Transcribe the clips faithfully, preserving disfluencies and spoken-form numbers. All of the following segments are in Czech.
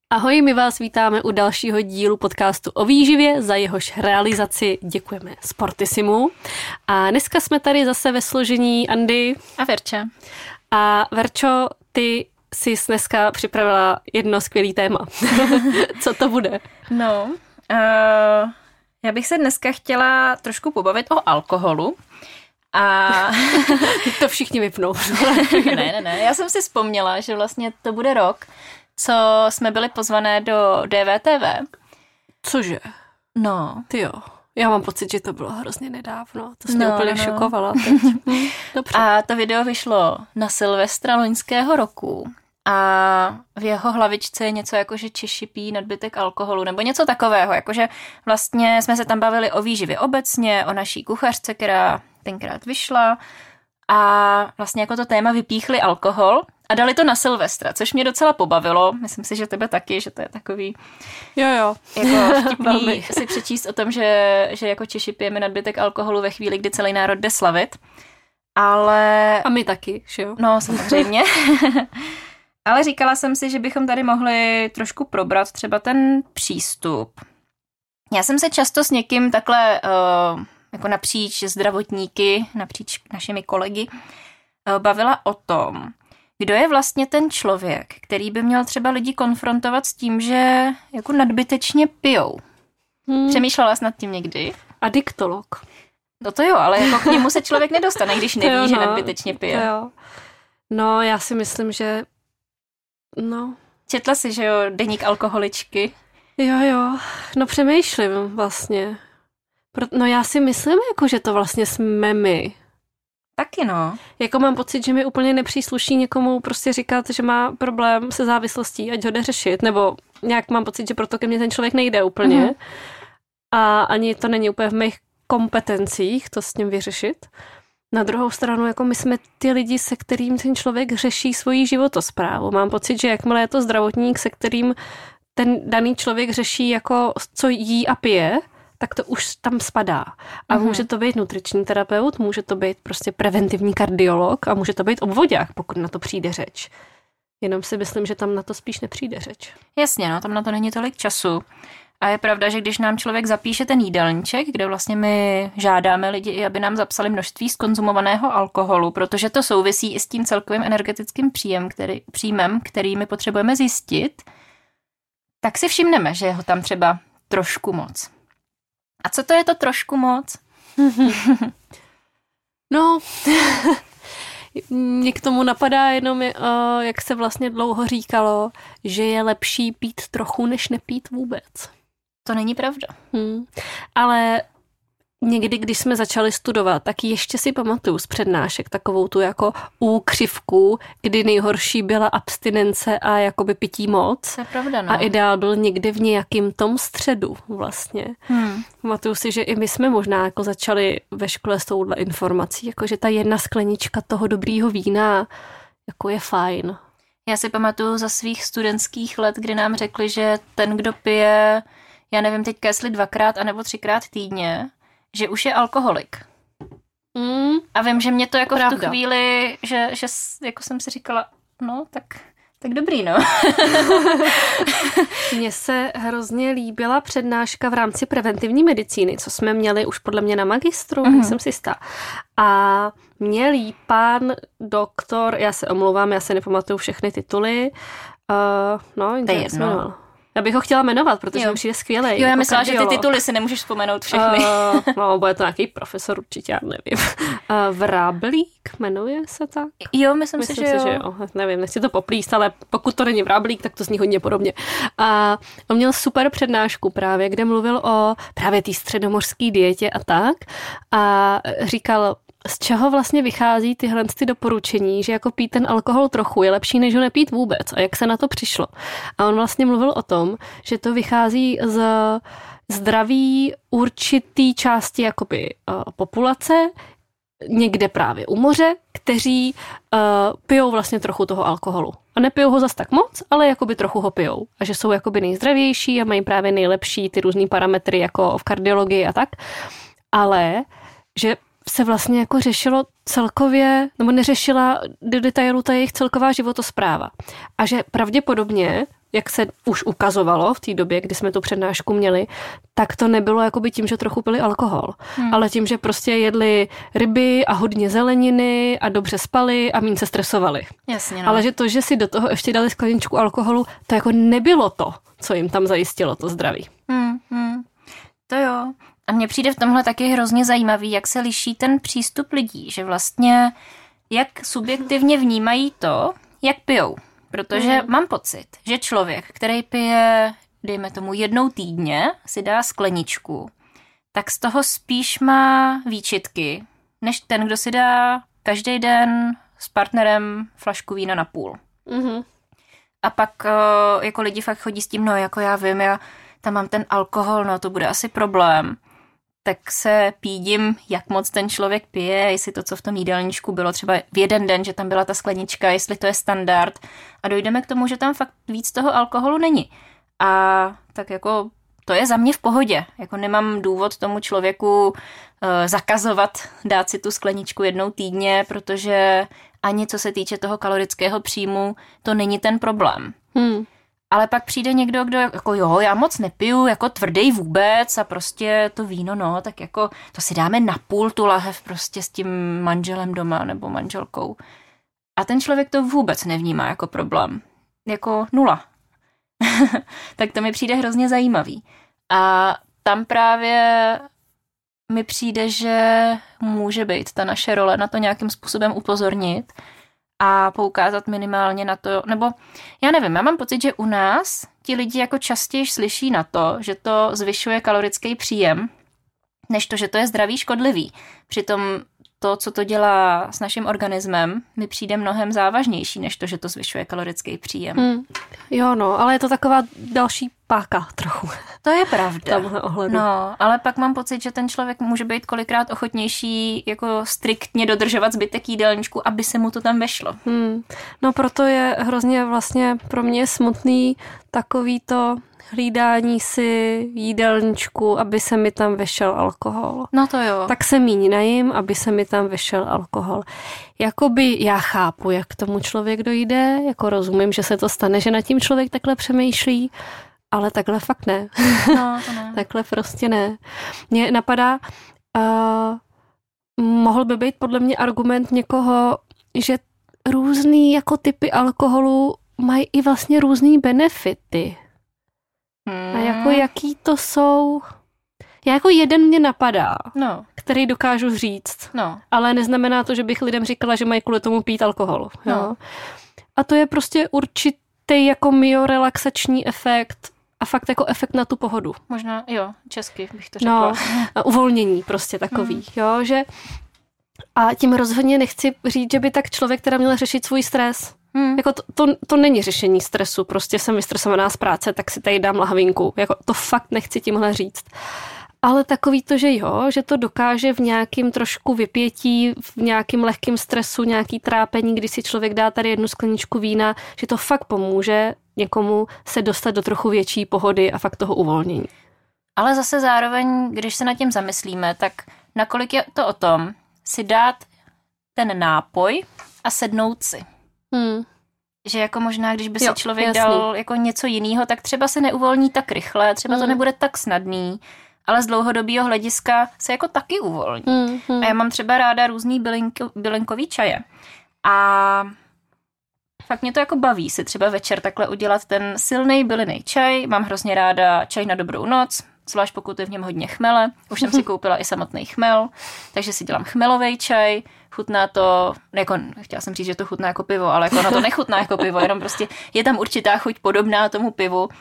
Ahoj, my vás vítáme u dalšího dílu podcastu o výživě, za jehož realizaci děkujeme Sportissimu. A dneska jsme tady zase ve složení Andy a Verča. A Verčo, ty jsi dneska připravila jedno skvělý téma. Co to bude? No, uh, já bych se dneska chtěla trošku pobavit o alkoholu. A to všichni vypnou. ne, ne, ne. Já jsem si vzpomněla, že vlastně to bude rok, co jsme byli pozvané do D V T V. Cože? No. Ty jo. Já mám pocit, že to bylo hrozně nedávno. To jsi no, mě úplně no. šokovala teď. Dobře. A to video vyšlo na Silvestra loňského roku. A v jeho hlavičce je něco jako, že Češi pijí nadbytek alkoholu, nebo něco takového. Jakože vlastně jsme se tam bavili o výživě obecně, o naší kuchařce, která tenkrát vyšla. A vlastně jako to téma vypíchli alkohol a dali to na Silvestra, což mě docela pobavilo. Myslím si, že tebe taky, že to je takový jo, jo. jako vtipný si přečíst o tom, že, že jako Češi pijeme nadbytek alkoholu ve chvíli, kdy celý národ jde slavit. Ale... A my taky, že jo? No, samozřejmě. Ale říkala jsem si, že bychom tady mohli trošku probrat třeba ten přístup. Já jsem se často s někým takhle... Uh, jako napříč zdravotníky, napříč našimi kolegy, bavila o tom, kdo je vlastně ten člověk, který by měl třeba lidi konfrontovat s tím, že jako nadbytečně pijou. Hmm. Přemýšlela jsi nad tím někdy? Adiktolog. No to jo, ale jako k němu se člověk nedostane, když neví, jo, no, že nadbytečně pije. Jo. No, já si myslím, že... No... Četla jsi, že jo, deník alkoholičky? Jo, jo. No přemýšlím vlastně. No já si myslím, jako, že to vlastně jsme my. Taky no. Jako mám pocit, že mi úplně nepřísluší někomu prostě říkat, že má problém se závislostí, ať ho jde řešit, nebo nějak mám pocit, že proto ke mně ten člověk nejde úplně. Mm-hmm. A ani to není úplně v mých kompetencích to s ním vyřešit. Na druhou stranu, jako my jsme ty lidi, se kterým ten člověk řeší svoji životosprávu. Mám pocit, že jakmile je to zdravotník, se kterým ten daný člověk řeší, jako co jí a pije, tak to už tam spadá. A mm-hmm. může to být nutriční terapeut, může to být prostě preventivní kardiolog a může to být obvoďák, pokud na to přijde řeč. Jenom si myslím, že tam na to spíš nepřijde řeč. Jasně, no, tam na to není tolik času. A je pravda, že když nám člověk zapíše ten jídelníček, kde vlastně my žádáme lidi, aby nám zapsali množství zkonzumovaného alkoholu, protože to souvisí i s tím celkovým energetickým příjem, který, příjmem, který my potřebujeme zjistit, tak si všimneme, že je ho tam třeba trošku moc. A co to je to trošku moc? No, mě k tomu napadá jenom, jak se vlastně dlouho říkalo, že je lepší pít trochu, než nepít vůbec. To není pravda. Hmm. Ale někdy, když jsme začali studovat, tak ještě si pamatuju z přednášek takovou tu jako úkřivku, kdy nejhorší byla abstinence a jakoby pití moc. To je pravda, no. A ideál byl někdy v nějakým tom středu vlastně. Hmm. Pamatuju si, že i my jsme možná jako začali ve škole s touhle informací, jako že ta jedna sklenička toho dobrýho vína jako je fajn. Já si pamatuju za svých studentských let, kdy nám řekli, že ten, kdo pije, já nevím teďka, jestli dvakrát anebo třikrát týdně, že už je alkoholik. Mm. A vím, že mě to jako Pravda. v tu chvíli, že, že jako jsem si říkala, no tak, tak dobrý, no. Mně se hrozně líbila přednáška v rámci preventivní medicíny, co jsme měli už podle mě na magistru, mm-hmm. nejsem si jistá. A měl pán doktor, já se omlouvám, já se nepamatuju všechny tituly. Uh, no, to je jedno. Já bych ho chtěla jmenovat, protože mi přijde skvělej. Jo, já jako myslela, kardiolog. Že ty tituly si nemůžeš vzpomenout všechny. Uh, no, bude to nějaký profesor, určitě, já nevím. Uh, Vráblík, jmenuje se tak? Jo, myslím, myslím si, že, si, že jo. Nevím, nechci to poplíst, ale pokud to není Vráblík, tak to zní hodně podobně. A on měl super přednášku právě, kde mluvil o právě té středomořské dietě a tak. A říkal, z čeho vlastně vychází tyhle ty doporučení, že jako pít ten alkohol trochu je lepší, než ho nepít vůbec. A jak se na to přišlo. A on vlastně mluvil o tom, že to vychází z zdraví určitý části jakoby uh, populace, někde právě u moře, kteří uh, pijou vlastně trochu toho alkoholu. A nepijou ho zas tak moc, ale jakoby trochu ho pijou. A že jsou jakoby nejzdravější a mají právě nejlepší ty různý parametry jako v kardiologii a tak. Ale že se vlastně jako řešilo celkově, nebo neřešila do detailu ta jejich celková životospráva. A že pravděpodobně jak se už ukazovalo v té době, kdy jsme tu přednášku měli, tak to nebylo jakoby tím, že trochu pili alkohol, hmm. ale tím, že prostě jedli ryby a hodně zeleniny a dobře spali a méně se stresovali. Jasně, no. Ale že to, že si do toho ještě dali skleničku alkoholu, to jako nebylo to, co jim tam zajistilo to zdraví. Hmm, hmm. To jo. A mně přijde v tomhle taky hrozně zajímavý, jak se liší ten přístup lidí, že vlastně jak subjektivně vnímají to, jak pijou. Protože mm. mám pocit, že člověk, který pije, dejme tomu jednou týdně, si dá skleničku, tak z toho spíš má výčitky, než ten, kdo si dá každý den s partnerem flašku vína na půl. Mm. A pak jako lidi fakt chodí s tím, no jako já vím, já tam mám ten alkohol, no to bude asi problém. Tak se pídím, jak moc ten člověk pije, jestli to, co v tom jídelníčku bylo třeba v jeden den, že tam byla ta sklenička, jestli to je standard. A dojdeme k tomu, že tam fakt víc toho alkoholu není. A tak jako to je za mě v pohodě. Jako nemám důvod tomu člověku uh, zakazovat dát si tu skleničku jednou týdně, protože ani co se týče toho kalorického příjmu, to není ten problém. Hmm. Ale pak přijde někdo, kdo jako jo, já moc nepiju, jako tvrdý vůbec a prostě to víno, no, tak jako to si dáme na půl tu lahev prostě s tím manželem doma nebo manželkou. A ten člověk to vůbec nevnímá jako problém. Jako nula. Tak to mi přijde hrozně zajímavý. A tam právě mi přijde, že může být ta naše role na to nějakým způsobem upozornit a poukázat minimálně na to, nebo já nevím, já mám pocit, že u nás ti lidi jako častěji slyší na to, že to zvyšuje kalorický příjem, než to, že to je zdravý škodlivý. Přitom to, co to dělá s naším organismem, mi přijde mnohem závažnější, než to, že to zvyšuje kalorický příjem. Hmm. Jo, no, ale je to taková další páka trochu. To je pravda. Tomhle ohledu. No, ale pak mám pocit, že ten člověk může být kolikrát ochotnější jako striktně dodržovat zbytek jídelníčku, aby se mu to tam vešlo. Hmm. No, proto je hrozně vlastně pro mě smutný takový to hlídání si jídelníčku, aby se mi tam vešel alkohol. No to jo. Tak se míň najím, aby se mi tam vešel alkohol. Jakoby já chápu, jak k tomu člověk dojde, jako rozumím, že se to stane, že nad tím člověk takhle přemýšlí, ale takhle fakt ne. No, to ne. Takhle prostě ne. Mně napadá, uh, mohl by být podle mě argument někoho, že různý jako typy alkoholu mají i vlastně různý benefity. Hmm. A jako jaký to jsou... Já jako jeden mě napadá, no. který dokážu říct, no. ale neznamená to, že bych lidem říkala, že mají kvůli tomu pít alkohol. Jo? No. A to je prostě určitý jako myorelaxační efekt a fakt jako efekt na tu pohodu. Možná, jo, česky bych to řekla. No, a uvolnění prostě takový, hmm. jo, že... A tím rozhodně nechci říct, že by tak člověk teda měl řešit svůj stres. Hmm. Jako to, to, to není řešení stresu, prostě jsem vystresovaná z práce, tak si tady dám lahvinku. Jako to fakt nechci tímhle říct. Ale takový to, že jo, že to dokáže v nějakým trošku vypětí, v nějakým lehkým stresu, nějaký trápení, když si člověk dá tady jednu skleničku vína, že to fakt pomůže někomu se dostat do trochu větší pohody a fakt toho uvolnění. Ale zase zároveň, když se nad tím zamyslíme, tak nakolik je to o tom si dát ten nápoj a sednout si. Hmm. Že jako možná, když by si jo, člověk jasný. dal jako něco jiného, tak třeba se neuvolní tak rychle, třeba hmm. to nebude tak snadný, ale z dlouhodobého hlediska se jako taky uvolní. Hmm, hmm. A já mám třeba ráda různý bylinko, bylinkový čaje. A fakt mě to jako baví si třeba večer takhle udělat ten silný bylinný čaj. Mám hrozně ráda čaj na dobrou noc, zvlášť pokud je v něm hodně chmele. Už jsem si koupila i samotný chmel, takže si dělám chmelový čaj. Chutná to, jako, chtěla jsem říct, že to chutná jako pivo, ale jako ono to nechutná jako pivo, jenom prostě je tam určitá chuť podobná tomu pivu.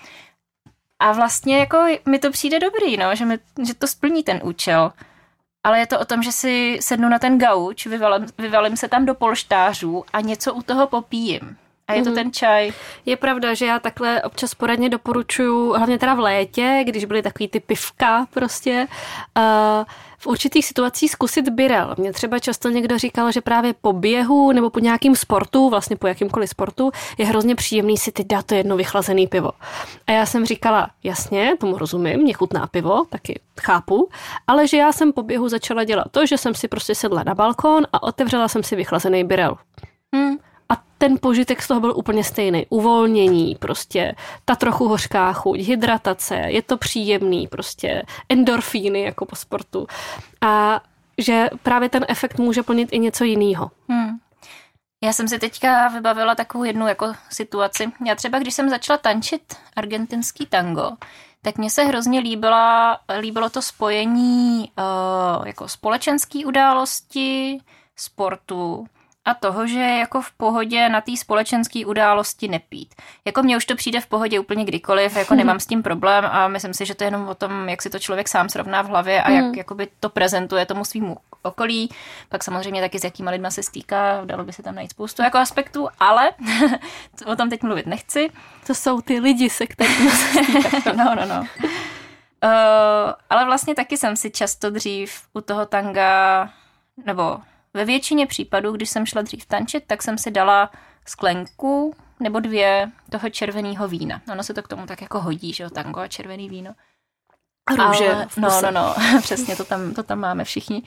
A vlastně jako mi to přijde dobrý, no, že, mi, že to splní ten účel. Ale je to o tom, že si sednu na ten gauč, vyvalím, vyvalím se tam do polštářů a něco u toho popijím. A je to ten čaj. Je pravda, že já takhle občas poradně doporučuju, hlavně teda v létě, když byly takový ty pivka prostě, uh, v určitých situacích zkusit birel. Mně třeba často někdo říkal, že právě po běhu nebo po nějakým sportu, vlastně po jakýmkoliv sportu, je hrozně příjemný si teď dát to jedno vychlazený pivo. A já jsem říkala, jasně, tomu rozumím, mě chutná pivo, taky chápu, ale že já jsem po běhu začala dělat to, že jsem si prostě sedla na balkón a otevřela jsem si vychlazený birel. Hmm. A ten požitek z toho byl úplně stejný. Uvolnění, prostě ta trochu hořká chuť, hydratace, je to příjemný, prostě endorfíny jako po sportu. A že právě ten efekt může plnit i něco jiného. Hmm. Já jsem si teďka vybavila takovou jednu jako situaci. Já třeba, když jsem začala tančit argentinský tango, tak mně se hrozně líbila, líbilo to spojení uh, jako společenské události, sportu a toho, že jako v pohodě na té společenské události nepít. Jako mně už to přijde v pohodě úplně kdykoliv, jako nemám s tím problém a myslím si, že to je jenom o tom, jak si to člověk sám srovná v hlavě a jak mm. jakoby to prezentuje tomu svýmu okolí. Pak samozřejmě taky s jakýma lidma se stýká, dalo by se tam najít spoustu jako aspektů, ale o tom teď mluvit nechci. To jsou ty lidi, se kterými se stýká. No, no, no. Uh, ale vlastně taky jsem si často dřív u toho tanga, nebo ve většině případů, když jsem šla dřív tančit, tak jsem si dala sklenku nebo dvě toho červeného vína. Ono se to k tomu tak jako hodí, že jo, tango a červený víno. Růže. Ale, no, no, no, přesně, to tam, to tam máme všichni.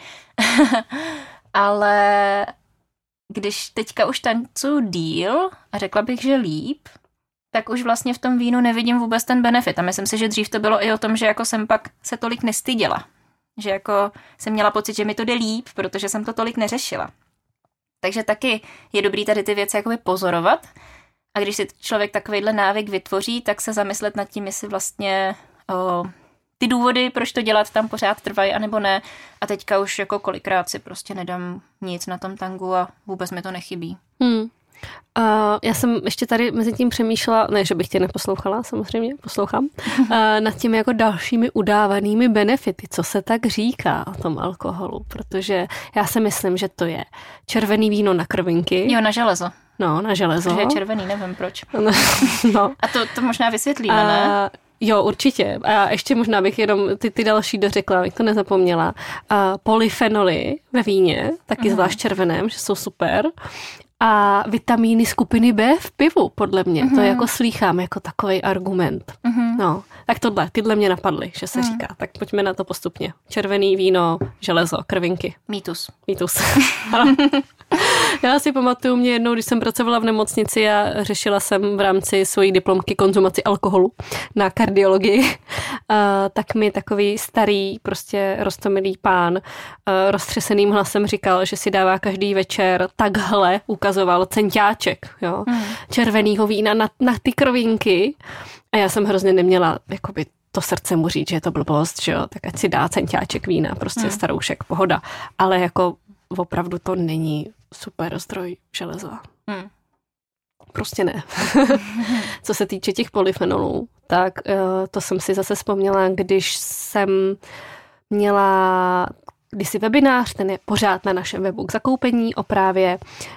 Ale když teďka už tancuju díl a řekla bych, že líp, tak už vlastně v tom vínu nevidím vůbec ten benefit. A myslím si, že dřív to bylo i o tom, že jako jsem pak se tolik nestyděla. Že jako jsem měla pocit, že mi to jde líp, protože jsem to tolik neřešila. Takže taky je dobrý tady ty věci jakoby pozorovat. A když si člověk takovýhle návyk vytvoří, tak se zamyslet nad tím, jestli vlastně o, ty důvody, proč to dělat, tam pořád trvají, anebo ne. A teďka už jako kolikrát si prostě nedám nic na tom tangu a vůbec mi to nechybí. Hmm. Uh, já jsem ještě tady mezi tím přemýšlela, ne, že bych tě neposlouchala, samozřejmě, poslouchám, uh, nad těmi jako dalšími udávanými benefity, co se tak říká o tom alkoholu, protože já si myslím, že to je červený víno na krvinky. Jo, na železo. No, na železo. Protože je červený, nevím proč. No. no. A to, to možná vysvětlíme, ne? Uh, Jo, určitě. A ještě možná bych jenom ty, ty další dořekla, abych to nezapomněla. A polyfenoly ve víně, taky mm. zvlášť červeném, že jsou super. A vitamíny skupiny B v pivu, podle mě. Mm. To jako slýchám jako takovej argument. Mm. No, tak tohle, tyhle mě napadly, že se mm. říká. Tak pojďme na to postupně. Červený víno, železo, krvinky. Mýtus. Mýtus. Já si pamatuju, mě jednou, když jsem pracovala v nemocnici a řešila jsem v rámci svojí diplomky konzumaci alkoholu na kardiologii, tak mi takový starý, prostě roztomilý pán roztřeseným hlasem říkal, že si dává každý večer takhle, ukazoval centiáček, jo, hmm. červenýho vína na, na ty krvinky. A já jsem hrozně neměla, jakoby, to srdce mu říct, že je to blbost, že jo, tak ať si dá centiáček vína, prostě hmm. staroušek, pohoda. Ale jako opravdu to není super zdroj železa. Hmm. Prostě ne. Co se týče těch polyfenolů, tak to jsem si zase vzpomněla, když jsem měla kdysi webinář, ten je pořád na našem webu k zakoupení o právě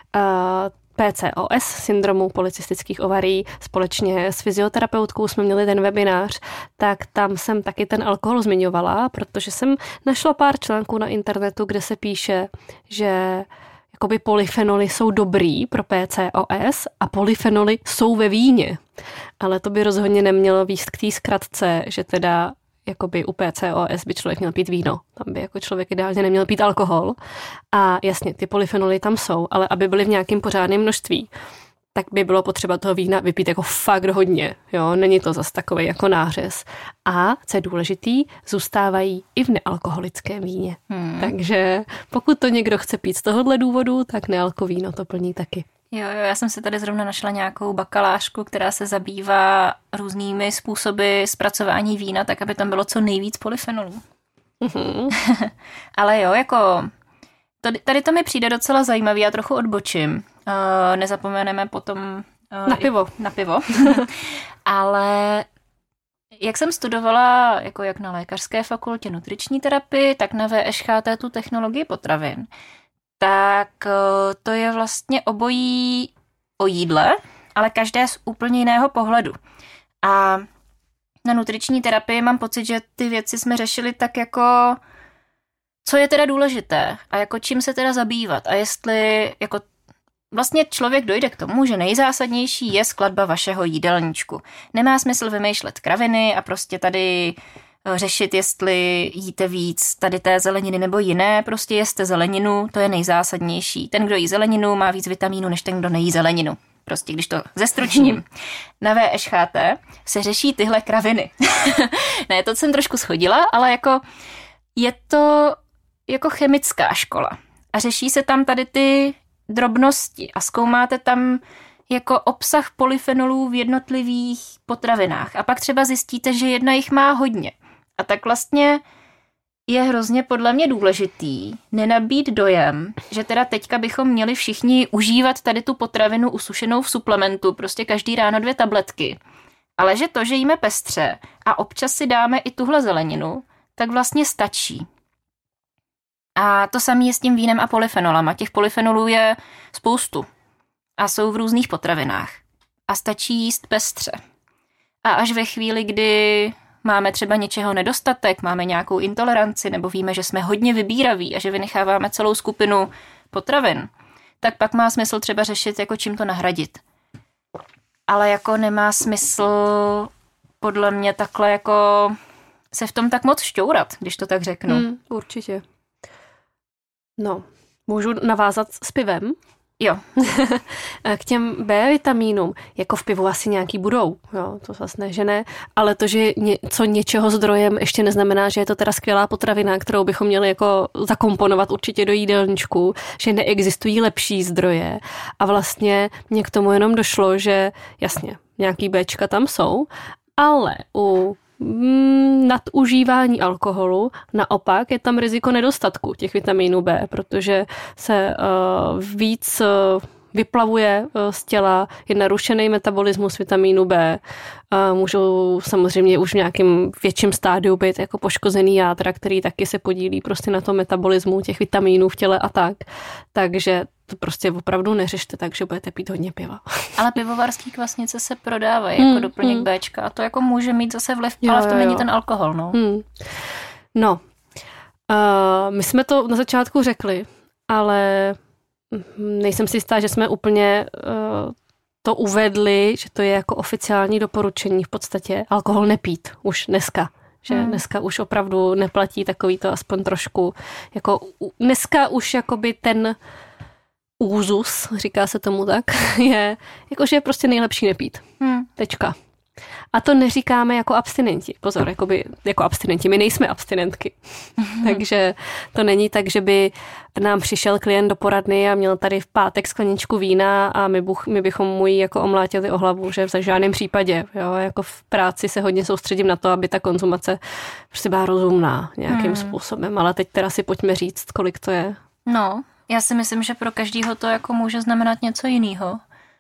P C O S, syndromu polycystických ovarií. Společně s fyzioterapeutkou jsme měli ten webinář, tak tam jsem taky ten alkohol zmiňovala, protože jsem našla pár článků na internetu, kde se píše, že jakoby polyfenoly jsou dobrý pro P C O S a polyfenoly jsou ve víně. Ale to by rozhodně nemělo výst k té zkratce, že teda jakoby u P C O S by člověk měl pít víno. Tam by jako člověk ideálně neměl pít alkohol. A jasně, ty polyfenoly tam jsou, ale aby byly v nějakém pořádném množství, tak by bylo potřeba toho vína vypít jako fakt hodně. Jo? Není to zas takovej jako nářez. A, co je důležitý, zůstávají i v nealkoholickém víně. Hmm. Takže pokud to někdo chce pít z tohohle důvodu, tak nealkovíno to plní taky. Jo, jo, já jsem si tady zrovna našla nějakou bakalářku, která se zabývá různými způsoby zpracování vína, tak aby tam bylo co nejvíc polyfenolů. Mm-hmm. Ale jo, jako tady to mi přijde docela zajímavý, já trochu odbočím. Uh, nezapomeneme potom uh, na pivo. Na pivo. Ale jak jsem studovala jako jak na lékařské fakultě nutriční terapii, tak na V Š Ch T tu technologii potravin, tak to je vlastně obojí o jídle, ale každé z úplně jiného pohledu. A na nutriční terapii mám pocit, že ty věci jsme řešili tak jako, co je teda důležité a jako čím se teda zabývat a jestli jako vlastně člověk dojde k tomu, že nejzásadnější je skladba vašeho jídelníčku. Nemá smysl vymýšlet kraviny a prostě tady řešit, jestli jíte víc tady té zeleniny nebo jiné, prostě jeste zeleninu, to je nejzásadnější. Ten, kdo jí zeleninu, má víc vitamínu, než ten, kdo nejí zeleninu. Prostě, když to zestručním. Na V Š H T se řeší tyhle kraviny. Ne, to jsem trošku schodila, ale jako je to jako chemická škola. A řeší se tam tady ty drobnosti a zkoumáte tam jako obsah polyfenolů v jednotlivých potravinách. A pak třeba zjistíte, že jedna jich má hodně. A tak vlastně je hrozně podle mě důležitý nenabít dojem, že teda teďka bychom měli všichni užívat tady tu potravinu usušenou v suplementu, prostě každý ráno dvě tabletky. Ale že to, že jíme pestře a občas si dáme i tuhle zeleninu, tak vlastně stačí. A to samé je s tím vínem a polyfenolama. Těch polyfenolů je spoustu a jsou v různých potravinách. A stačí jíst pestře. A až ve chvíli, kdy máme třeba něčeho nedostatek, máme nějakou intoleranci nebo víme, že jsme hodně vybíraví a že vynecháváme celou skupinu potravin, tak pak má smysl třeba řešit, jako čím to nahradit. Ale jako nemá smysl podle mě takhle jako se v tom tak moc šťourat, když to tak řeknu. Hmm, určitě. No, můžu navázat s pivem? Jo. K těm B vitamínům, jako v pivu asi nějaký budou, jo, to zase ne, že ne, ale to, že něco něčeho zdrojem ještě neznamená, že je to teda skvělá potravina, kterou bychom měli jako zakomponovat určitě do jídelníčku, že neexistují lepší zdroje a vlastně mě k tomu jenom došlo, že jasně, nějaký Bčka tam jsou, ale u nadužívání alkoholu, naopak je tam riziko nedostatku těch vitamínů B, protože se uh, víc uh, vyplavuje uh, z těla, je narušený metabolismus vitamínu B, uh, můžou samozřejmě už v nějakém větším stádiu být jako poškozený jádra, který taky se podílí prostě na tom metabolismu těch vitamínů v těle a tak. Takže to prostě opravdu neřešte tak, že budete pít hodně piva. Ale pivovarský kvasnice se prodávají jako mm, doplněk mm. Bčka a to jako může mít zase vliv, jo, ale v tom jo, není ten alkohol, no. Mm. No, uh, my jsme to na začátku řekli, ale nejsem si jistá, že jsme úplně uh, to uvedli, že to je jako oficiální doporučení v podstatě alkohol nepít už dneska. Že hmm. dneska už opravdu neplatí takový to aspoň trošku, jako dneska už jakoby ten úzus, říká se tomu tak, je, jakože je prostě nejlepší nepít. Hmm. Tečka. A to neříkáme jako abstinenti. Pozor, jakoby, jako abstinenti. My nejsme abstinentky. Hmm. Takže to není tak, že by nám přišel klient do poradny a měl tady v pátek skleničku vína a my, buch, my bychom mu ji jako omlátili o hlavu, že v žádném případě. Jo? Jako v práci se hodně soustředím na to, aby ta konzumace prostě byla rozumná nějakým hmm. způsobem. Ale teď teda si pojďme říct, kolik to je. No, já si myslím, že pro každýho to jako může znamenat něco jiného.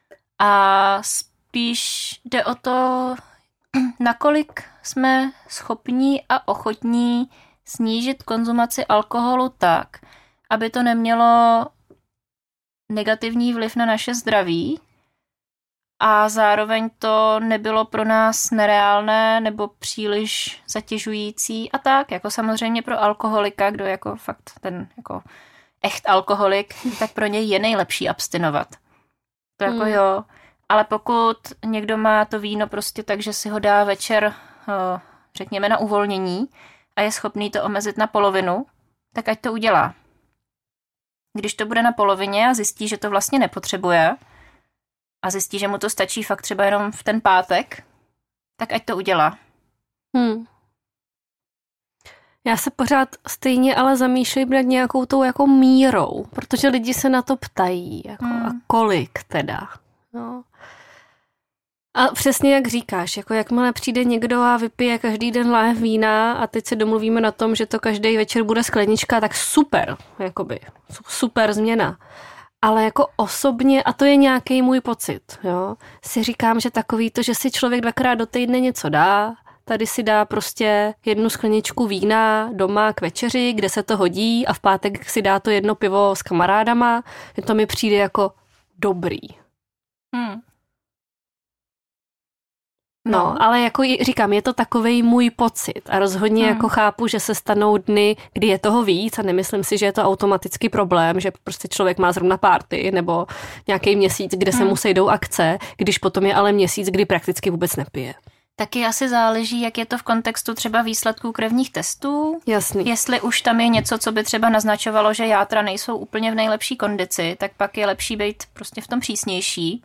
A spíš jde o to, nakolik jsme schopní a ochotní snížit konzumaci alkoholu tak, aby to nemělo negativní vliv na naše zdraví a zároveň to nebylo pro nás nereálné nebo příliš zatěžující a tak, jako samozřejmě pro alkoholika, kdo jako fakt ten jako echt alkoholik, tak pro něj je nejlepší abstinovat. To jako hmm. jo, ale pokud někdo má to víno prostě tak, že si ho dá večer, řekněme, na uvolnění a je schopný to omezit na polovinu, tak ať to udělá. Když to bude na polovině a zjistí, že to vlastně nepotřebuje a zjistí, že mu to stačí fakt třeba jenom v ten pátek, tak ať to udělá. Hmm. Já se pořád stejně ale zamýšlím nad nějakou tou jako mírou, protože lidi se na to ptají. Jako, hmm. A kolik teda? No. A přesně jak říkáš, jako jakmile přijde někdo a vypije každý den láhev vína a teď se domluvíme na tom, že to každý večer bude sklenička, tak super, jakoby, super změna. Ale jako osobně, a to je nějaký můj pocit, jo, si říkám, že takový to, že si člověk dvakrát do týdne něco dá, tady si dá prostě jednu skleničku vína doma k večeři, kde se to hodí a v pátek si dá to jedno pivo s kamarádama, že to mi přijde jako dobrý. Hmm. No, no, ale jako říkám, je to takovej můj pocit a rozhodně hmm. jako chápu, že se stanou dny, kdy je toho víc a nemyslím si, že je to automatický problém, že prostě člověk má zrovna party nebo nějaký měsíc, kde se hmm. mu sejdou akce, když potom je ale měsíc, kdy prakticky vůbec nepije. Taky asi záleží, jak je to v kontextu třeba výsledků krevních testů. Jasný. Jestli už tam je něco, co by třeba naznačovalo, že játra nejsou úplně v nejlepší kondici, tak pak je lepší být prostě v tom přísnější.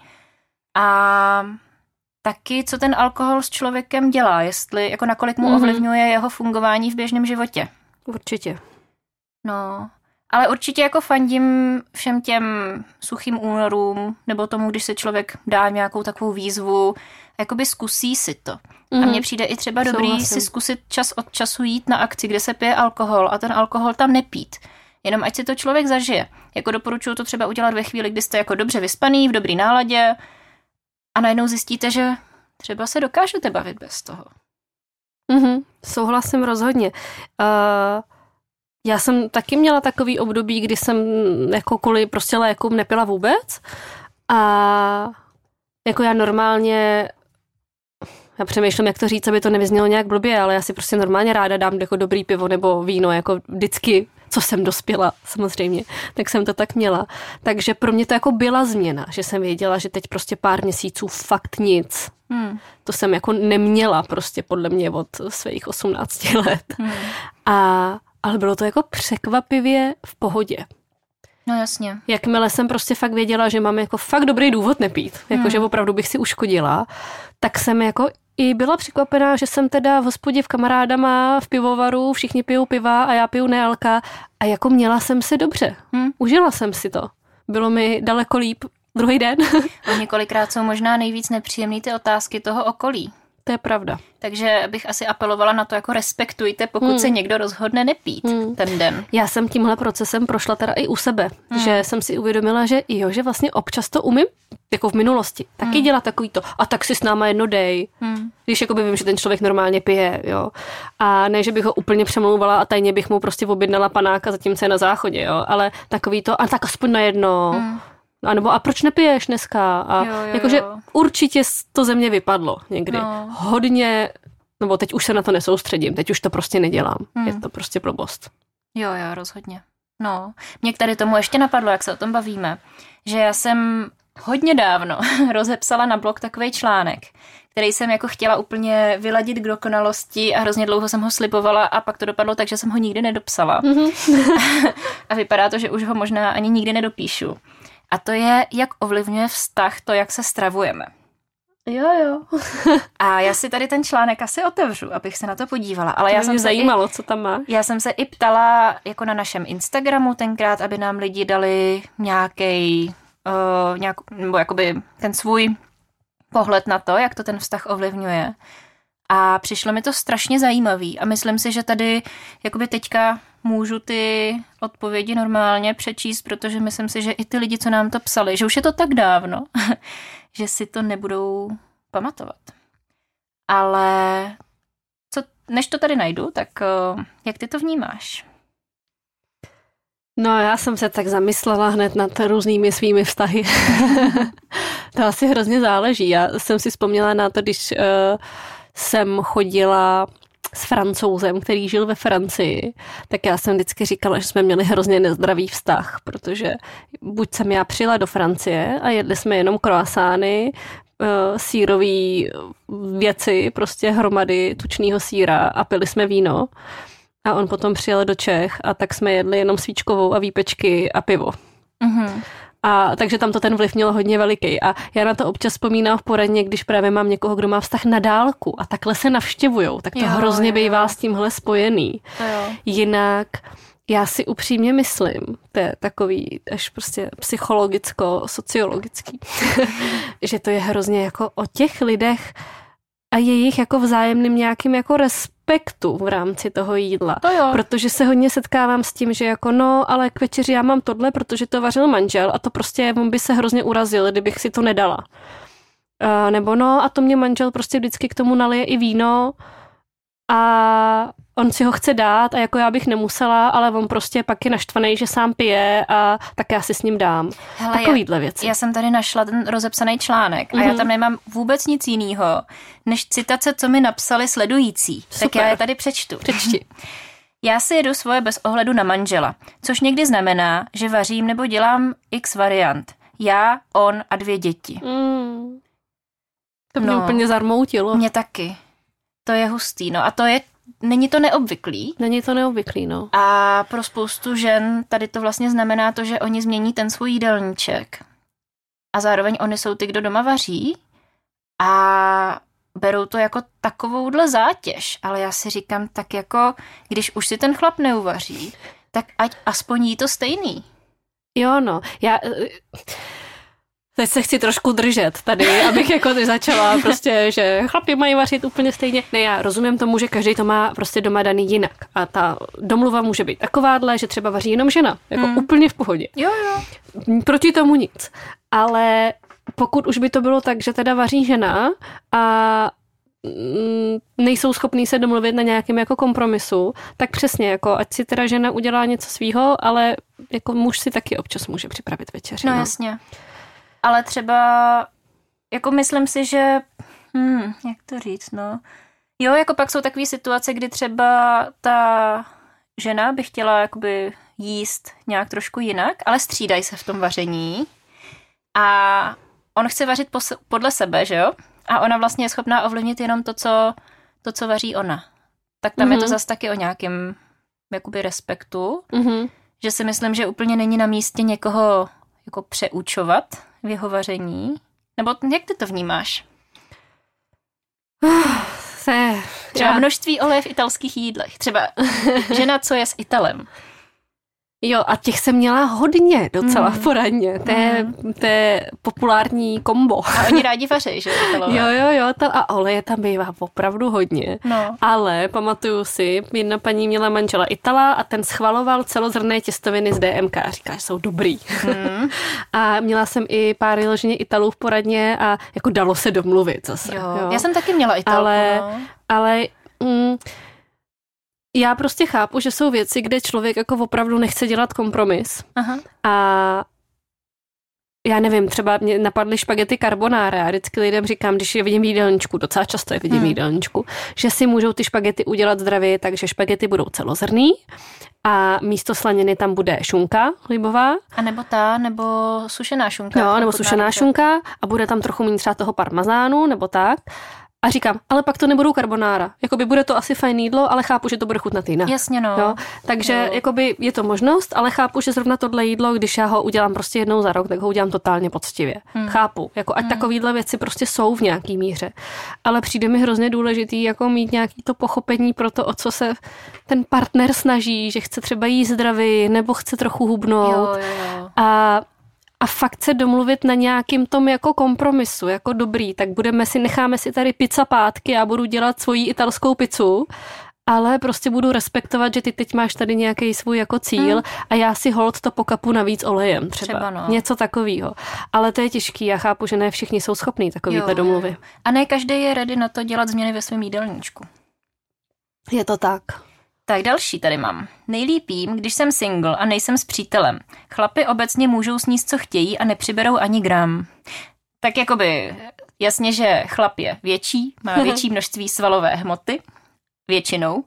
A taky, co ten alkohol s člověkem dělá, jestli, jako nakolik mu mm-hmm. ovlivňuje jeho fungování v běžném životě. Určitě. No, ale určitě jako fandím všem těm suchým únorům, nebo tomu, když se člověk dá nějakou takovou výzvu, jakoby zkusí si to. Mm-hmm. A mně přijde i třeba dobrý Souhlasím. si zkusit čas od času jít na akci, kde se pije alkohol a ten alkohol tam nepít. Jenom ať si to člověk zažije. Jako doporučuju to třeba udělat ve chvíli, kdy jste jako dobře vyspaný, v dobrý náladě a najednou zjistíte, že třeba se dokážete bavit bez toho. Mm-hmm. Souhlasím rozhodně. Uh... Já jsem taky měla takový období, kdy jsem jako kvůli prostě lékům nepila vůbec a jako já normálně, já přemýšlím, jak to říct, aby to nevyznělo nějak blbě, ale já si prostě normálně ráda dám jako dobrý pivo nebo víno, jako vždycky, co jsem dospěla samozřejmě, tak jsem to tak měla. Takže pro mě to jako byla změna, že jsem věděla, že teď prostě pár měsíců fakt nic. Hmm. To jsem jako neměla prostě podle mě od svých osmnácti let. Hmm. A ale bylo to jako překvapivě v pohodě. No jasně. Jakmile jsem prostě fakt věděla, že mám jako fakt dobrý důvod nepít, hmm. jakože opravdu bych si uškodila, tak jsem jako i byla překvapená, že jsem teda v hospodě v kamarádama, v pivovaru, všichni pijou piva a já piju nealka a jako měla jsem si dobře. Hmm. Užila jsem si to. Bylo mi daleko líp druhý den. A několikrát jsou možná nejvíc nepříjemný ty otázky toho okolí. To je pravda. Takže bych asi apelovala na to, jako respektujte, pokud hmm. se někdo rozhodne nepít hmm. ten den. Já jsem tímhle procesem prošla teda i u sebe, hmm. že jsem si uvědomila, že jo, že vlastně občas to umím, jako v minulosti, taky hmm. dělat takový to, a tak si s náma jedno dej, hmm. když jakoby vím, že ten člověk normálně pije, jo. A ne, že bych ho úplně přemlouvala a tajně bych mu prostě objednala panáka, zatímco je na záchodě, jo, ale takový to, a tak aspoň na jedno. Hmm. A nebo a proč nepiješ dneska? A jo, jo, jakože jo. určitě to ze mě vypadlo někdy. No. Hodně, nebo teď už se na to nesoustředím, teď už to prostě nedělám. Hmm. Je to prostě blbost. Jo, jo, rozhodně. No, mě k tady tomu ještě napadlo, jak se o tom bavíme, že já jsem hodně dávno rozepsala na blog takovej článek, který jsem jako chtěla úplně vyladit k dokonalosti a hrozně dlouho jsem ho slibovala a pak to dopadlo tak, že jsem ho nikdy nedopsala. Mm-hmm. A vypadá to, že už ho možná ani nikdy nedopíšu. A to je, jak ovlivňuje vztah to, jak se stravujeme. Jo, jo. A já si tady ten článek asi otevřu, abych se na to podívala. Ale to já jsem mě se zajímalo, i, co tam máš. Já jsem se i ptala jako na našem Instagramu tenkrát, aby nám lidi dali nějaký, uh, nějak, nebo jakoby ten svůj pohled na to, jak to ten vztah ovlivňuje. A přišlo mi to strašně zajímavý a myslím si, že tady jakoby teďka můžu ty odpovědi normálně přečíst, protože myslím si, že i ty lidi, co nám to psali, že už je to tak dávno, že si to nebudou pamatovat. Ale co, než to tady najdu, tak jak ty to vnímáš? No, já jsem se tak zamyslela hned nad různými svými vztahy. To asi hrozně záleží. Já jsem si vzpomněla na to, když uh, jsem chodila s Francouzem, který žil ve Francii, tak já jsem vždycky říkala, že jsme měli hrozně nezdravý vztah, protože buď jsem já přijela do Francie a jedli jsme jenom croissány, sýrový věci, prostě hromady tučného sýra a pili jsme víno. A on potom přijel do Čech a tak jsme jedli jenom svíčkovou a výpečky a pivo. Mm-hmm. A takže tam to ten vliv měl hodně veliký. A já na to občas vzpomínám v poradně, když právě mám někoho, kdo má vztah na dálku a takhle se navštěvujou, tak to jo, hrozně jo, bývá jo. s tímhle spojený. To jo. Jinak já si upřímně myslím, to je takový až prostě psychologicko-sociologický, že to je hrozně jako o těch lidech a jejich jako vzájemným nějakým jako respektu v rámci toho jídla. To jo. Protože se hodně setkávám s tím, že jako no, ale k večeři já mám tohle, protože to vařil manžel a to prostě on by se hrozně urazil, kdybych si to nedala. A nebo no, a to mě manžel prostě vždycky k tomu nalije i víno a on si ho chce dát a jako já bych nemusela, ale on prostě pak je naštvaný, že sám pije a tak já si s ním dám. Hele, takovýhle já, věci. Já jsem tady našla ten rozepsaný článek mm-hmm. a já tam nemám vůbec nic jiného, než citace, co mi napsali sledující. Super. Tak já je tady přečtu. Přečti. Já si jedu svoje bez ohledu na manžela, což někdy znamená, že vařím nebo dělám x variant. Já, on a dvě děti. Mm. To mě no, úplně zarmoutilo. Mě taky. To je hustý, no a to je, není to neobvyklý. Není to neobvyklý, no. A pro spoustu žen tady to vlastně znamená to, že oni změní ten svůj jídelníček. A zároveň oni jsou ty, kdo doma vaří a berou to jako takovouhle zátěž. Ale já si říkám, tak jako, když už si ten chlap neuvaří, tak ať aspoň jí to stejný. Jo, no. Já... Teď se chci trošku držet tady, abych jako začala prostě, že chlapi mají vařit úplně stejně. Ne, já rozumím tomu, že každý to má prostě doma daný jinak. A ta domluva může být takováhle, že třeba vaří jenom žena. Jako hmm. úplně v pohodě. Jo, jo. Proti tomu nic. Ale pokud už by to bylo tak, že teda vaří žena a nejsou schopní se domluvit na nějakém jako kompromisu, tak přesně, jako ať si teda žena udělá něco svýho, ale jako muž si taky občas může připravit večeři. No, no. jasně. Ale třeba, jako myslím si, že, hm, jak to říct, no. Jo, jako pak jsou takové situace, kdy třeba ta žena by chtěla jakoby jíst nějak trošku jinak, ale střídají se v tom vaření a on chce vařit podle sebe, že jo? A ona vlastně je schopná ovlivnit jenom to, co, to, co vaří ona. Tak tam mm-hmm. je to zase taky o nějakém jakoby respektu, mm-hmm. že si myslím, že úplně není na místě někoho jako přeučovat v jeho vaření. Nebo jak ty to vnímáš? Se, Třeba já... množství oleje v italských jídlech. Třeba žena, co je s Italem. Jo, a těch jsem měla hodně docela mm. poradně. To je, mm. to je populární kombo. A oni rádi vaří, že? Italové. Jo, jo, jo. Ta, a oleje tam bývá opravdu hodně. No. Ale pamatuju si, jedna paní měla manžela Itala a ten schvaloval celozrnné těstoviny z D M K. Říká, že jsou dobrý. Mm. A měla jsem i pár vyloženě Italů v poradně a jako dalo se domluvit zase. Jo. Jo. Já jsem taky měla Italku. Ale, no. ale mm, já prostě chápu, že jsou věci, kde člověk jako opravdu nechce dělat kompromis. Aha. A já nevím, třeba mě napadly špagety carbonara. Já vždycky lidem říkám, když je vidím v jídelníčku, docela často je vidím hmm. v jídelníčku, že si můžou ty špagety udělat zdravě, takže špagety budou celozrnný a místo slaniny tam bude šunka libová. A nebo ta, nebo sušená šunka. No, nebo sušená šunka a bude tam trochu méně třeba toho parmazánu, nebo tak. A říkám, ale pak to nebudou carbonara. Jakoby bude to asi fajn jídlo, ale chápu, že to bude chutnat jinak. Jasně, no. Jo? Takže jo. Jakoby je to možnost, ale chápu, že zrovna tohle jídlo, když já ho udělám prostě jednou za rok, tak ho udělám totálně poctivě. Hmm. Chápu. Jako ať hmm. takovýhle věci prostě jsou v nějaký míře. Ale přijde mi hrozně důležitý jako mít nějaký to pochopení pro to, o co se ten partner snaží, že chce třeba jíst zdravý, nebo chce trochu hubnout. Jo, jo, jo. A A fakt se domluvit na nějakým tom jako kompromisu, jako dobrý, tak budeme si, necháme si tady pizza pátky, já budu dělat svoji italskou pizzu, ale prostě budu respektovat, že ty teď máš tady nějaký svůj jako cíl hmm. a já si hold to pokapu navíc olejem třeba. třeba no. Něco takového. Ale to je těžký, já chápu, že ne všichni jsou schopní takovýhle domluvy. A ne každý je ready na to dělat změny ve svém jídelníčku. Je to tak. Tak další tady mám. Nejlíp jím, když jsem single a nejsem s přítelem. Chlapi obecně můžou sníst, co chtějí a nepřiberou ani gram. Tak jakoby jasně, že chlap je větší, má větší množství svalové hmoty, většinou,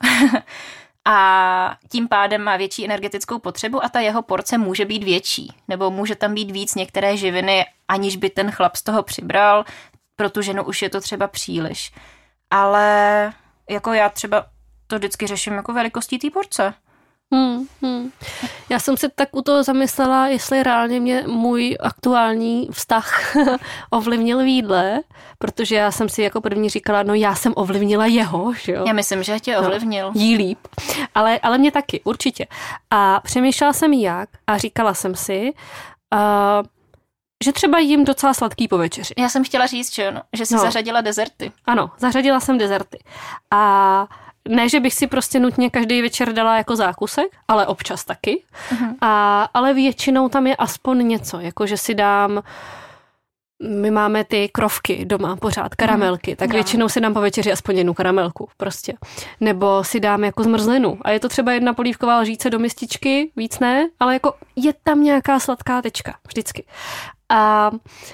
a tím pádem má větší energetickou potřebu a ta jeho porce může být větší. Nebo může tam být víc některé živiny, aniž by ten chlap z toho přibral, pro tu ženu už je to třeba příliš. Ale jako já třeba to vždycky řeším jako velikostí té porce. Hmm, hmm. Já jsem se tak u toho zamyslela, jestli reálně mě můj aktuální vztah ovlivnil v jídle, protože já jsem si jako první říkala, no já jsem ovlivnila jeho, že jo? Já myslím, že tě ovlivnil. No, jí líp. Ale, ale mě taky, určitě. A přemýšlela jsem jak a říkala jsem si, uh, že třeba jím docela sladký po večeři. Já jsem chtěla říct, že, no, že jsi no. zařadila dezerty. Ano, zařadila jsem dezerty. A ne, že bych si prostě nutně každý večer dala jako zákusek, ale občas taky. Uh-huh. A, ale většinou tam je aspoň něco, jako že si dám, my máme ty krovky doma pořád, karamelky, tak no. většinou si dám po večeři aspoň jednu karamelku prostě. Nebo si dám jako zmrzlinu. A je to třeba jedna polívková lžíce do mističky, víc ne, ale jako je tam nějaká sladká tečka, vždycky. A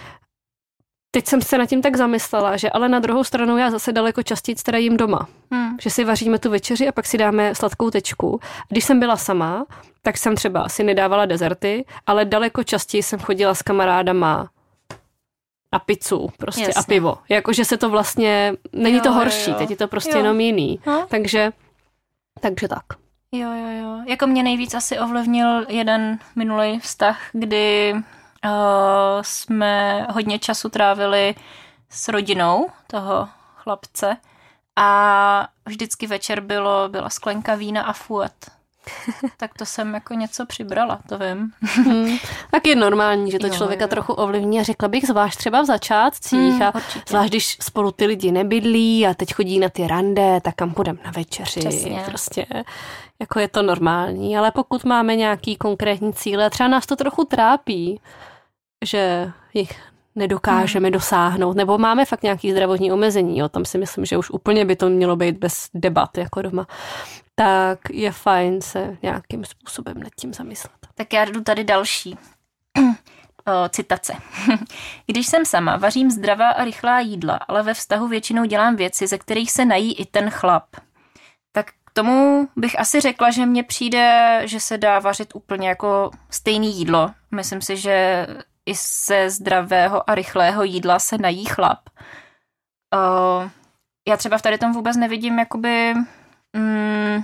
teď jsem se nad tím tak zamyslela, že ale na druhou stranu já zase daleko častěji teda jím doma. Hmm. Že si vaříme tu večeři a pak si dáme sladkou tečku. Když jsem byla sama, tak jsem třeba si nedávala dezerty, ale daleko častěji jsem chodila s kamarádama a pizzu prostě Jasně. a pivo. Jakože se to vlastně, není jo, to horší, jo, jo. teď je to prostě jo. jenom jiný. Hm? Takže, takže tak. Jo, jo, jo. Jako mě nejvíc asi ovlivnil jeden minulý vztah, kdy uh, jsme hodně času trávili s rodinou toho chlapce a vždycky večer bylo, byla sklenka vína a fuet. Tak to jsem jako něco přibrala, to vím. Hmm. Tak je normální, že to jo, člověka jo. trochu ovlivní a řekla bych, zvlášť třeba v začátcích Hmm, a určitě. zvlášť, když spolu ty lidi nebydlí a teď chodí na ty rande, tak kam půjdem na večeři. Přesně. Prostě jako je to normální, ale pokud máme nějaký konkrétní cíle, třeba nás to trochu trápí, že jich nedokážeme hmm. dosáhnout, nebo máme fakt nějaký zdravotní omezení, jo, tam si myslím, že už úplně by to mělo být bez debat jako doma, tak je fajn se nějakým způsobem nad tím zamyslet. Tak já jdu tady další. O, citace. Když jsem sama, vařím zdravá a rychlá jídla, ale ve vztahu většinou dělám věci, ze kterých se nají i ten chlap. Tak k tomu bych asi řekla, že mně přijde, že se dá vařit úplně jako stejný jídlo. Myslím si, že i ze zdravého a rychlého jídla se nají chlap. O, já třeba v tady tom vůbec nevidím jakoby... Mm,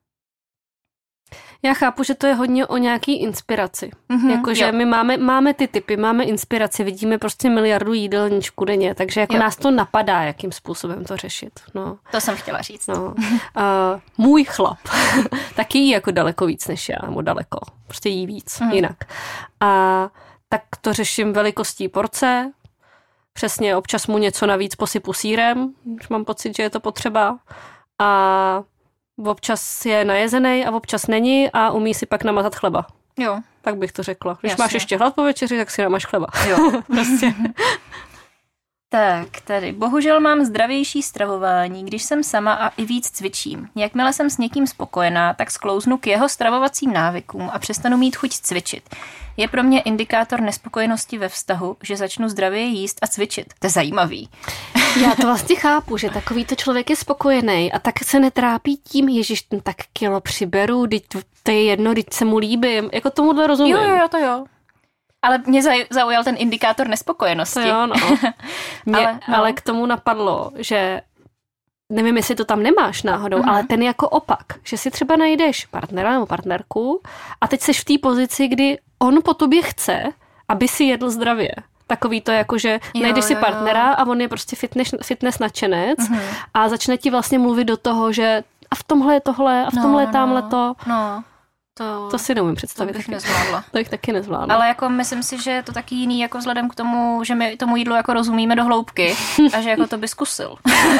Já chápu, že to je hodně o nějaký inspiraci. Mm-hmm, Jakože my máme, máme ty typy, máme inspiraci, vidíme prostě miliardu jídelníčků denně, takže jako jo. nás to napadá, jakým způsobem to řešit. No. To jsem chtěla říct. No. Uh, můj chlap taky jí jako daleko víc než já, nebo daleko, prostě jí víc, mm. jinak. A tak to řeším velikostí porce, přesně občas mu něco navíc posypu sýrem, když mám pocit, že je to potřeba. A občas je najezenej a občas není a umí si pak namazat chleba. Jo. Tak bych to řekla. Když Jasně. máš ještě hlad po večeři, tak si namáš chleba. Jo. Prostě. Tak, tady. Bohužel mám zdravější stravování, když jsem sama a i víc cvičím. Jakmile jsem s někým spokojená, tak sklouznu k jeho stravovacím návykům a přestanu mít chuť cvičit. Je pro mě indikátor nespokojenosti ve vztahu, že začnu zdravě jíst a cvičit. To je zajímavý. Já to vlastně chápu, že takovýto člověk je spokojený a tak se netrápí tím, ježiš, ten tak kilo přiberu, teď to je jedno, teď se mu líbím. Jako tomuhle rozumím. Jo, jo, jo, to jo. Ale mě zaujal ten indikátor nespokojenosti. To jo, no. Mě, ale, no. ale k tomu napadlo, že nevím, jestli to tam nemáš náhodou, uh-huh. ale ten jako opak, že si třeba najdeš partnera nebo partnerku a teď seš v té pozici, kdy on po tobě chce, aby si jedl zdravě. Takový to jako, že jo, najdeš si partnera jo. a on je prostě fitness, fitness nadšenec uh-huh. a začne ti vlastně mluvit do toho, že a v tomhle je tohle a v tomhle je no, tamhle to. No. To, to si neumím představit. To bych nezvládla. To bych taky nezvládla. Ale jako myslím si, že je to taky jiný jako vzhledem k tomu, že my tomu jídlu jako rozumíme do hloubky a že jako to by zkusil.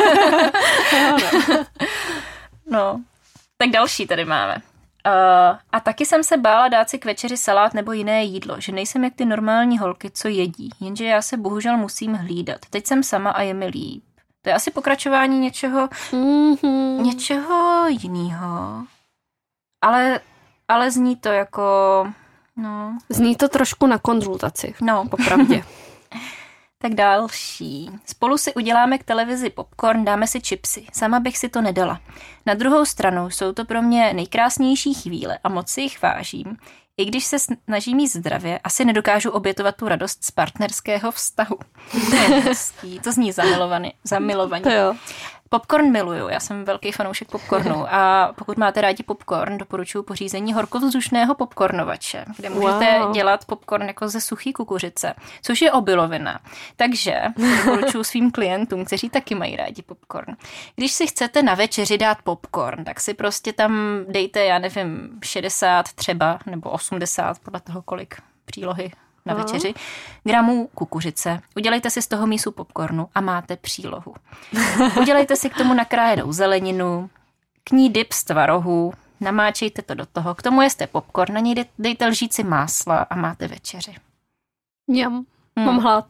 No, tak další tady máme. Uh, a taky jsem se bála dát si k večeři salát nebo jiné jídlo, že nejsem jak ty normální holky, co jedí, jenže já se bohužel musím hlídat. Teď jsem sama a je mi líp. To je asi pokračování něčeho, mm-hmm. něčeho jiného. Ale Ale zní to jako, no... Zní to trošku na konzultaci, no. popravdě. Tak další. Spolu si uděláme k televizi popcorn, dáme si chipsy. Sama bych si to nedala. Na druhou stranu jsou to pro mě nejkrásnější chvíle a moc si jich vážím. I když se snažím jíst zdravě, asi nedokážu obětovat tu radost z partnerského vztahu. To je hezký, to zní zamilovaný, zamilovaně. To jo. Popcorn miluju, já jsem velký fanoušek popcornu a pokud máte rádi popcorn, doporučuji pořízení horkovzdušného popcornovače, kde můžete wow. dělat popcorn jako ze suchý kukuřice, což je obilovina. Takže doporučuji svým klientům, kteří taky mají rádi popcorn. Když si chcete na večeři dát popcorn, tak si prostě tam dejte, já nevím, šedesát třeba, nebo osmdesát, podle toho, kolik přílohy na večeři, gramů kukuřice. Udělejte si z toho mísu popcornu a máte přílohu. Udělejte si k tomu nakrájenou zeleninu, k ní dip z tvarohu, namáčejte to do toho, k tomu jeste popcorn, na něj dejte lžíci másla a máte večeři. Jam, hmm. mám hlad.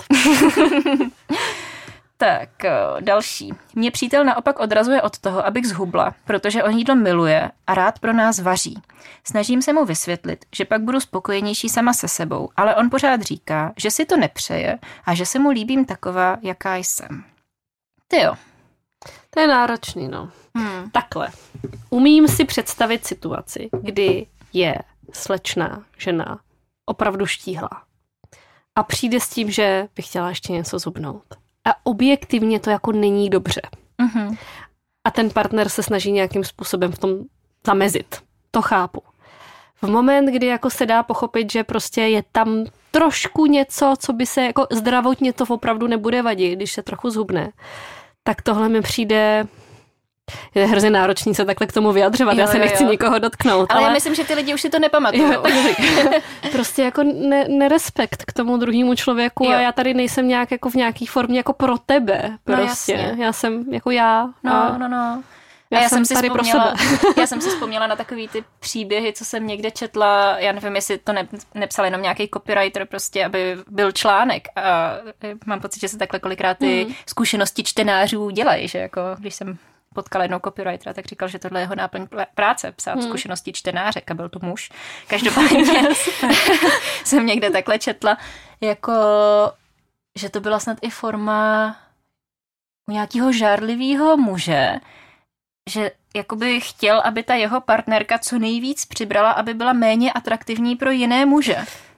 Tak, další. Mě přítel naopak odrazuje od toho, abych zhubla, protože on jídlo miluje a rád pro nás vaří. Snažím se mu vysvětlit, že pak budu spokojenější sama se sebou, ale on pořád říká, že si to nepřeje a že se mu líbím taková, jaká jsem. Ty jo. To je náročný, no. Hmm. Takhle. Umím si představit situaci, kdy je slečná žena opravdu štíhlá. a přijde s tím, že bych chtěla ještě něco zhubnout. A objektivně to jako není dobře. Mm-hmm. A ten partner se snaží nějakým způsobem v tom zamezit. To chápu. V moment, kdy jako se dá pochopit, že prostě je tam trošku něco, co by se jako zdravotně to opravdu nebude vadit, když se trochu zhubne, tak tohle mi přijde... Je hrozně náročný se takhle k tomu vyjadřovat, jo, já se nechci jo. nikoho dotknout. Ale, ale já myslím, že ty lidi už si to nepamatují. Prostě jako ne, nerespekt k tomu druhému člověku jo. a já tady nejsem nějak jako v nějaký formě jako pro tebe. Prostě. No, já jsem jako já. No, a no, no. Já, já jsem si tady vzpomněla, pro sebe. Já jsem si vzpomněla na takový ty příběhy, co jsem někde četla, já nevím, jestli to ne, nepsal jenom nějaký copywriter, prostě, aby byl článek. A mám pocit, že se takhle kolikrát ty mm. zkušenosti čtenářů dělají, že jako když jsem potkala jednou copywritera, tak říkal, že tohle je jeho náplň práce, psát hmm. zkušenosti čtenáře, a byl to muž. Každopádně jsem někde takhle četla, jako, že to byla snad i forma u nějakého žárlivého muže, že jakoby chtěl, aby ta jeho partnerka co nejvíc přibrala, aby byla méně atraktivní pro jiné muže.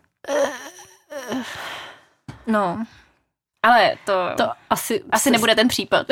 No, ale to, to asi, asi nebude ten případ.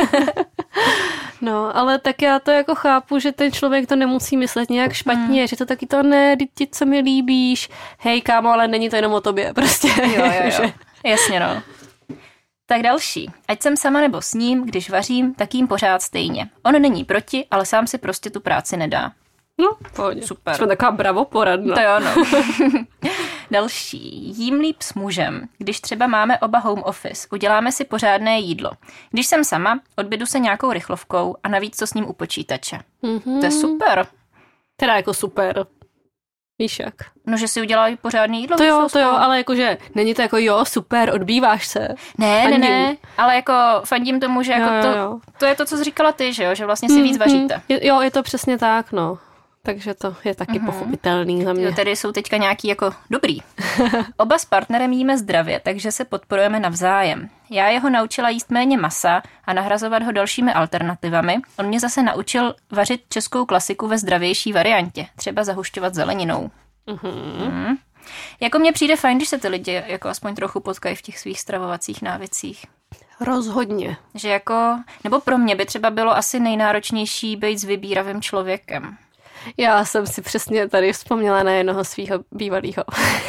No, ale tak já to jako chápu, že ten člověk to nemusí myslet nějak špatně, hmm. že to taky to ne, ty, co mi líbíš, hej kámo, ale není to jenom o tobě, prostě. Jo, jo, jo. Jasně, no. Tak další. Ať jsem sama nebo s ním, když vařím, tak jím pořád stejně. On není proti, ale sám si prostě tu práci nedá. No, pohodě. Super. Jsme taková bravo poradna. To jo, no. Další. Jím líp s mužem. Když třeba máme oba home office, uděláme si pořádné jídlo. Když jsem sama, odbědu se nějakou rychlovkou a navíc to s ním u počítače. Mm-hmm. To je super. Teda jako super. Víš jak? No, že si udělají pořádný jídlo. To jo, to jo, ale jakože není to jako jo, super, odbýváš se. Ne, fandím. ne, ne, ale jako fandím tomu, že jako jo, to, jo. to je to, co jsi říkala ty, že jo, že vlastně si mm, víc vaříte. Je, jo, je to přesně tak, no. Takže to je taky mm-hmm. pochopitelný za mě. Jo, tady jsou teďka nějaký jako dobrý. Oba s partnerem jíme zdravě, takže se podporujeme navzájem. Já jeho naučila jíst méně masa a nahrazovat ho dalšími alternativami. On mě zase naučil vařit českou klasiku ve zdravější variantě. Třeba zahušťovat zeleninou. Mm-hmm. Mm. Jako mně přijde fajn, když se ty lidi jako aspoň trochu potkají v těch svých stravovacích návycích. Rozhodně. Že jako, nebo pro mě by třeba bylo asi nejnáročnější být s vybíravým člověkem. Já jsem si přesně tady vzpomněla na jednoho svého bývalého.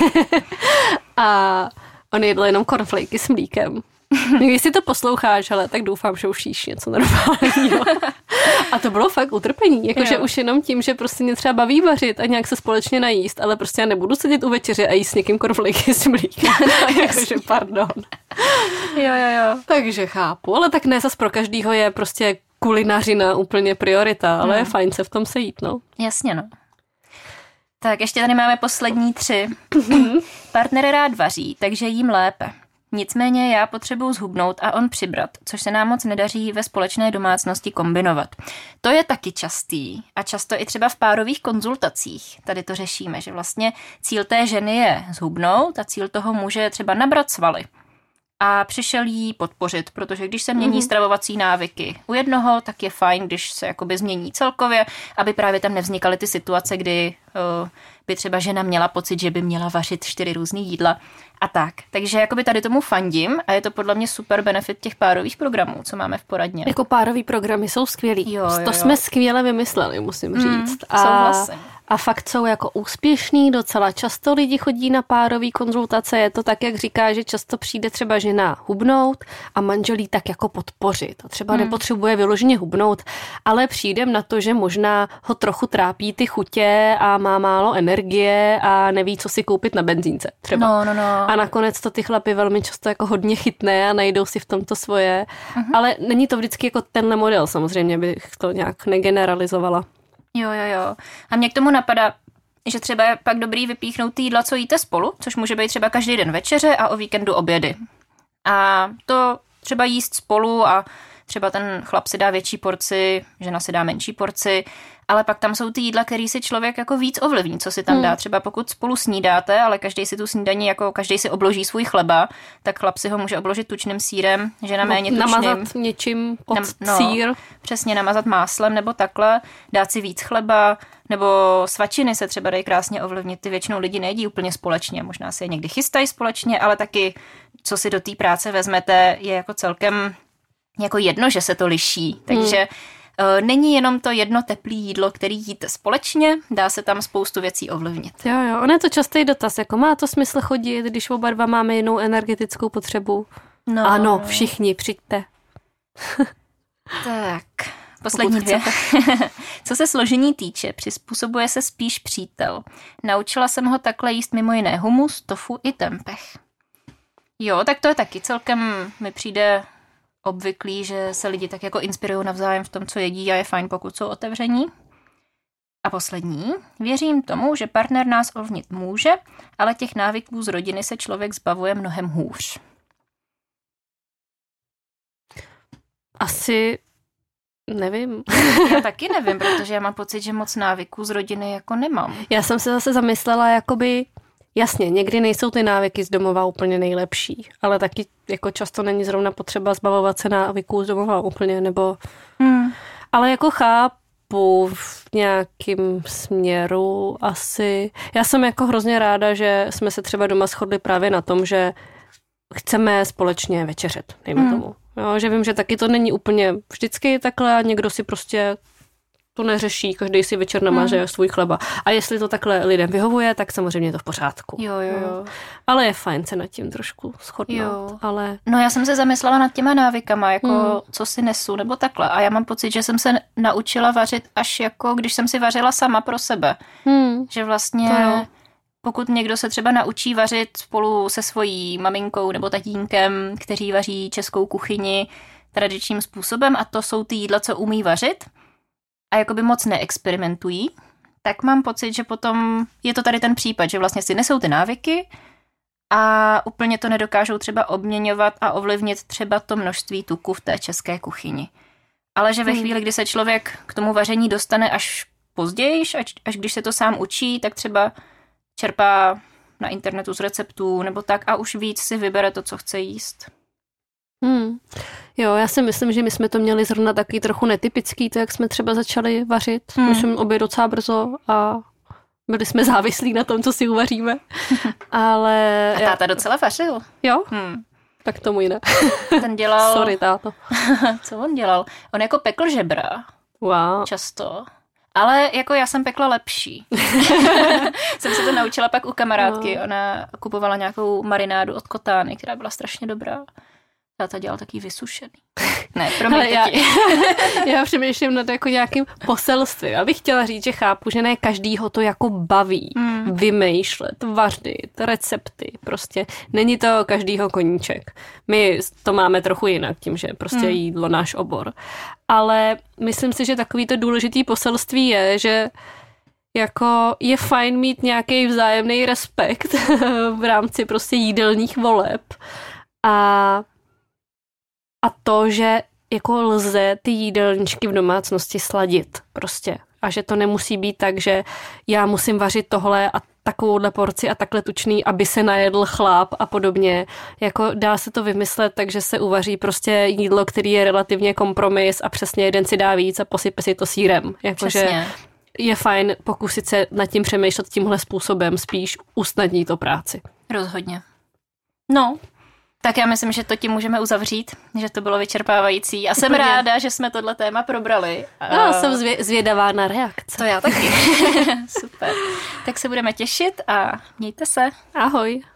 A on jedl jenom cornflakey s mlíkem. Když si to posloucháš, ale tak doufám, že už jíš něco normálního. A to bylo fakt utrpení. Jakože už jenom tím, že prostě mě třeba baví vařit a nějak se společně najíst, ale prostě já nebudu sedět u večeře a jíst s někým cornflakey s mlíkem. Jakože pardon. Jo, jo, jo. Takže chápu, ale tak ne zas pro každýho je prostě kulinařina úplně priorita, ale hmm. je fajn se v tom sejít, no. Jasně, no. Tak ještě tady máme poslední tři. Partner rád vaří, takže jím lépe. Nicméně já potřebuji zhubnout a on přibrat, což se nám moc nedaří ve společné domácnosti kombinovat. To je taky častý a často i třeba v párových konzultacích. Tady to řešíme, že vlastně cíl té ženy je zhubnout a cíl toho muže je třeba nabrat svaly. A přišel jí podpořit, protože když se mění mm-hmm. stravovací návyky u jednoho, tak je fajn, když se jakoby změní celkově, aby právě tam nevznikaly ty situace, kdy uh, by třeba žena měla pocit, že by měla vařit čtyři různý jídla a tak. Takže jakoby tady tomu fandím a je to podle mě super benefit těch párových programů, co máme v poradně. Jako párový programy jsou skvělý. Jo, jo, to jo. jsme skvěle vymysleli, musím říct. Mm, a... souhlasím. A fakt jsou jako úspěšný, docela často lidi chodí na párový konzultace, je to tak, jak říká, že často přijde třeba žena hubnout a manželí tak jako podpořit. A třeba hmm. nepotřebuje vyloženě hubnout, ale přijdem na to, že možná ho trochu trápí ty chutě a má málo energie a neví, co si koupit na benzínce třeba. No, no, no. A nakonec to ty chlapy velmi často jako hodně chytné a najdou si v tomto svoje. Uh-huh. Ale není to vždycky jako tenhle model, samozřejmě bych to nějak negeneralizovala. Jo, jo, jo. A mě k tomu napadá, že třeba je pak dobrý vypíchnout ty jídla, co jíte spolu, což může být třeba každý den večeře a o víkendu obědy. A to třeba jíst spolu a třeba ten chlap si dá větší porci, žena si dá menší porci, ale pak tam jsou ty jídla, který si člověk jako víc ovlivní, co si tam dá. Třeba pokud spolu snídáte, ale každý si tu snídaní, jako každý si obloží svůj chleba, tak chlap si ho může obložit tučným sýrem, žena no, méně tučným. Namazat něčím pod Nam, no, sýr. Přesně, namazat máslem nebo takhle, dát si víc chleba, nebo svačiny se třeba dají krásně ovlivnit. Ty většinou lidi nejedí úplně společně, možná si je někdy chystají společně, ale taky, co si do té práce vezmete, je jako celkem jako jedno, že se to liší. Takže hmm. Není jenom to jedno teplé jídlo, který jíte společně, dá se tam spoustu věcí ovlivnit. Jo, jo, on je to častý dotaz, jako má to smysl chodit, když oba dva máme jinou energetickou potřebu? No. Ano, všichni, přijďte. Tak, poslední dvě. Co se složení týče, přizpůsobuje se spíš přítel. Naučila jsem ho takhle jíst mimo jiné humus, tofu i tempeh. Jo, tak to je taky celkem, mi přijde obvyklý, že se lidi tak jako inspirují navzájem v tom, co jedí a je fajn, pokud jsou otevření. A poslední. Věřím tomu, že partner nás ovlivnit může, ale těch návyků z rodiny se člověk zbavuje mnohem hůř. Asi nevím. Já taky nevím, protože já mám pocit, že moc návyků z rodiny jako nemám. Já jsem se zase zamyslela, jakoby jasně, někdy nejsou ty návyky z domova úplně nejlepší, ale taky jako často není zrovna potřeba zbavovat se návyků z domova úplně, nebo... Hmm. Ale jako chápu v nějakým směru asi. Já jsem jako hrozně ráda, že jsme se třeba doma shodli právě na tom, že chceme společně večeřet, dejme hmm. tomu. Jo, že vím, že taky to není úplně vždycky takhle a někdo si prostě to neřeší, každý si večer namaže hmm. svůj chleba. A jestli to takhle lidem vyhovuje, tak samozřejmě je to v pořádku. Jo, jo, jo. Ale je fajn se nad tím trošku shodnout. Jo. Ale... No já jsem se zamyslela nad těma návykama, jako hmm. co si nesu, nebo takhle. A já mám pocit, že jsem se naučila vařit až jako, když jsem si vařila sama pro sebe. Hmm. Že vlastně... Pokud někdo se třeba naučí vařit spolu se svojí maminkou nebo tatínkem, kteří vaří českou kuchyni tradičním způsobem a to jsou ty jídla, co umí vařit a jakoby moc neexperimentují, tak mám pocit, že potom je to tady ten případ, že vlastně si nesou ty návyky a úplně to nedokážou třeba obměňovat a ovlivnit třeba to množství tuku v té české kuchyni. Ale že ve chvíli, kdy se člověk k tomu vaření dostane až později, až, až když se to sám učí, tak třeba čerpá na internetu z receptů nebo tak a už víc si vybere to, co chce jíst. Hmm. Jo, já si myslím, že my jsme to měli zrovna taky trochu netypický, to jak jsme třeba začali vařit. Hmm. My jsme obě docela brzo a byli jsme závislí na tom, co si uvaříme. Ale... A táta docela vařil. Jo? Hmm. Tak tomu jinak. Ten dělal... Sorry, táto. Co on dělal? On jako pekl žebra. Wow. Často. Ale jako já jsem pekla lepší. Jsem se to naučila pak u kamarádky. No. Ona kupovala nějakou marinádu od Kotány, která byla strašně dobrá. Táta dělal taky vysušený. Ne, pro mě já, já přemýšlím nad jako nějakým poselstvím. Já bych chtěla říct, že chápu, že ne každýho to jako baví hmm. vymýšlet, vařit, recepty. Prostě není to každýho koníček. My to máme trochu jinak tím, že prostě hmm. jídlo náš obor. Ale myslím si, že takový to důležitý poselství je, že jako je fajn mít nějaký vzájemný respekt v rámci prostě jídelních voleb. A A to, že jako lze ty jídelníčky v domácnosti sladit prostě. A že to nemusí být tak, že já musím vařit tohle a takovouhle porci a takhle tučný, aby se najedl chlap a podobně. Jako dá se to vymyslet, takže se uvaří prostě jídlo, který je relativně kompromis a přesně jeden si dá víc a posype si to sýrem. Jakože je fajn pokusit se nad tím přemýšlet tímhle způsobem, spíš usnadní to práci. Rozhodně. No, tak já myslím, že to tím můžeme uzavřít, že to bylo vyčerpávající. A jsem Úplně. ráda, že jsme tohle téma probrali. No, jsem zvě- zvědavá na reakce. To já taky. Super. Tak se budeme těšit a mějte se. Ahoj.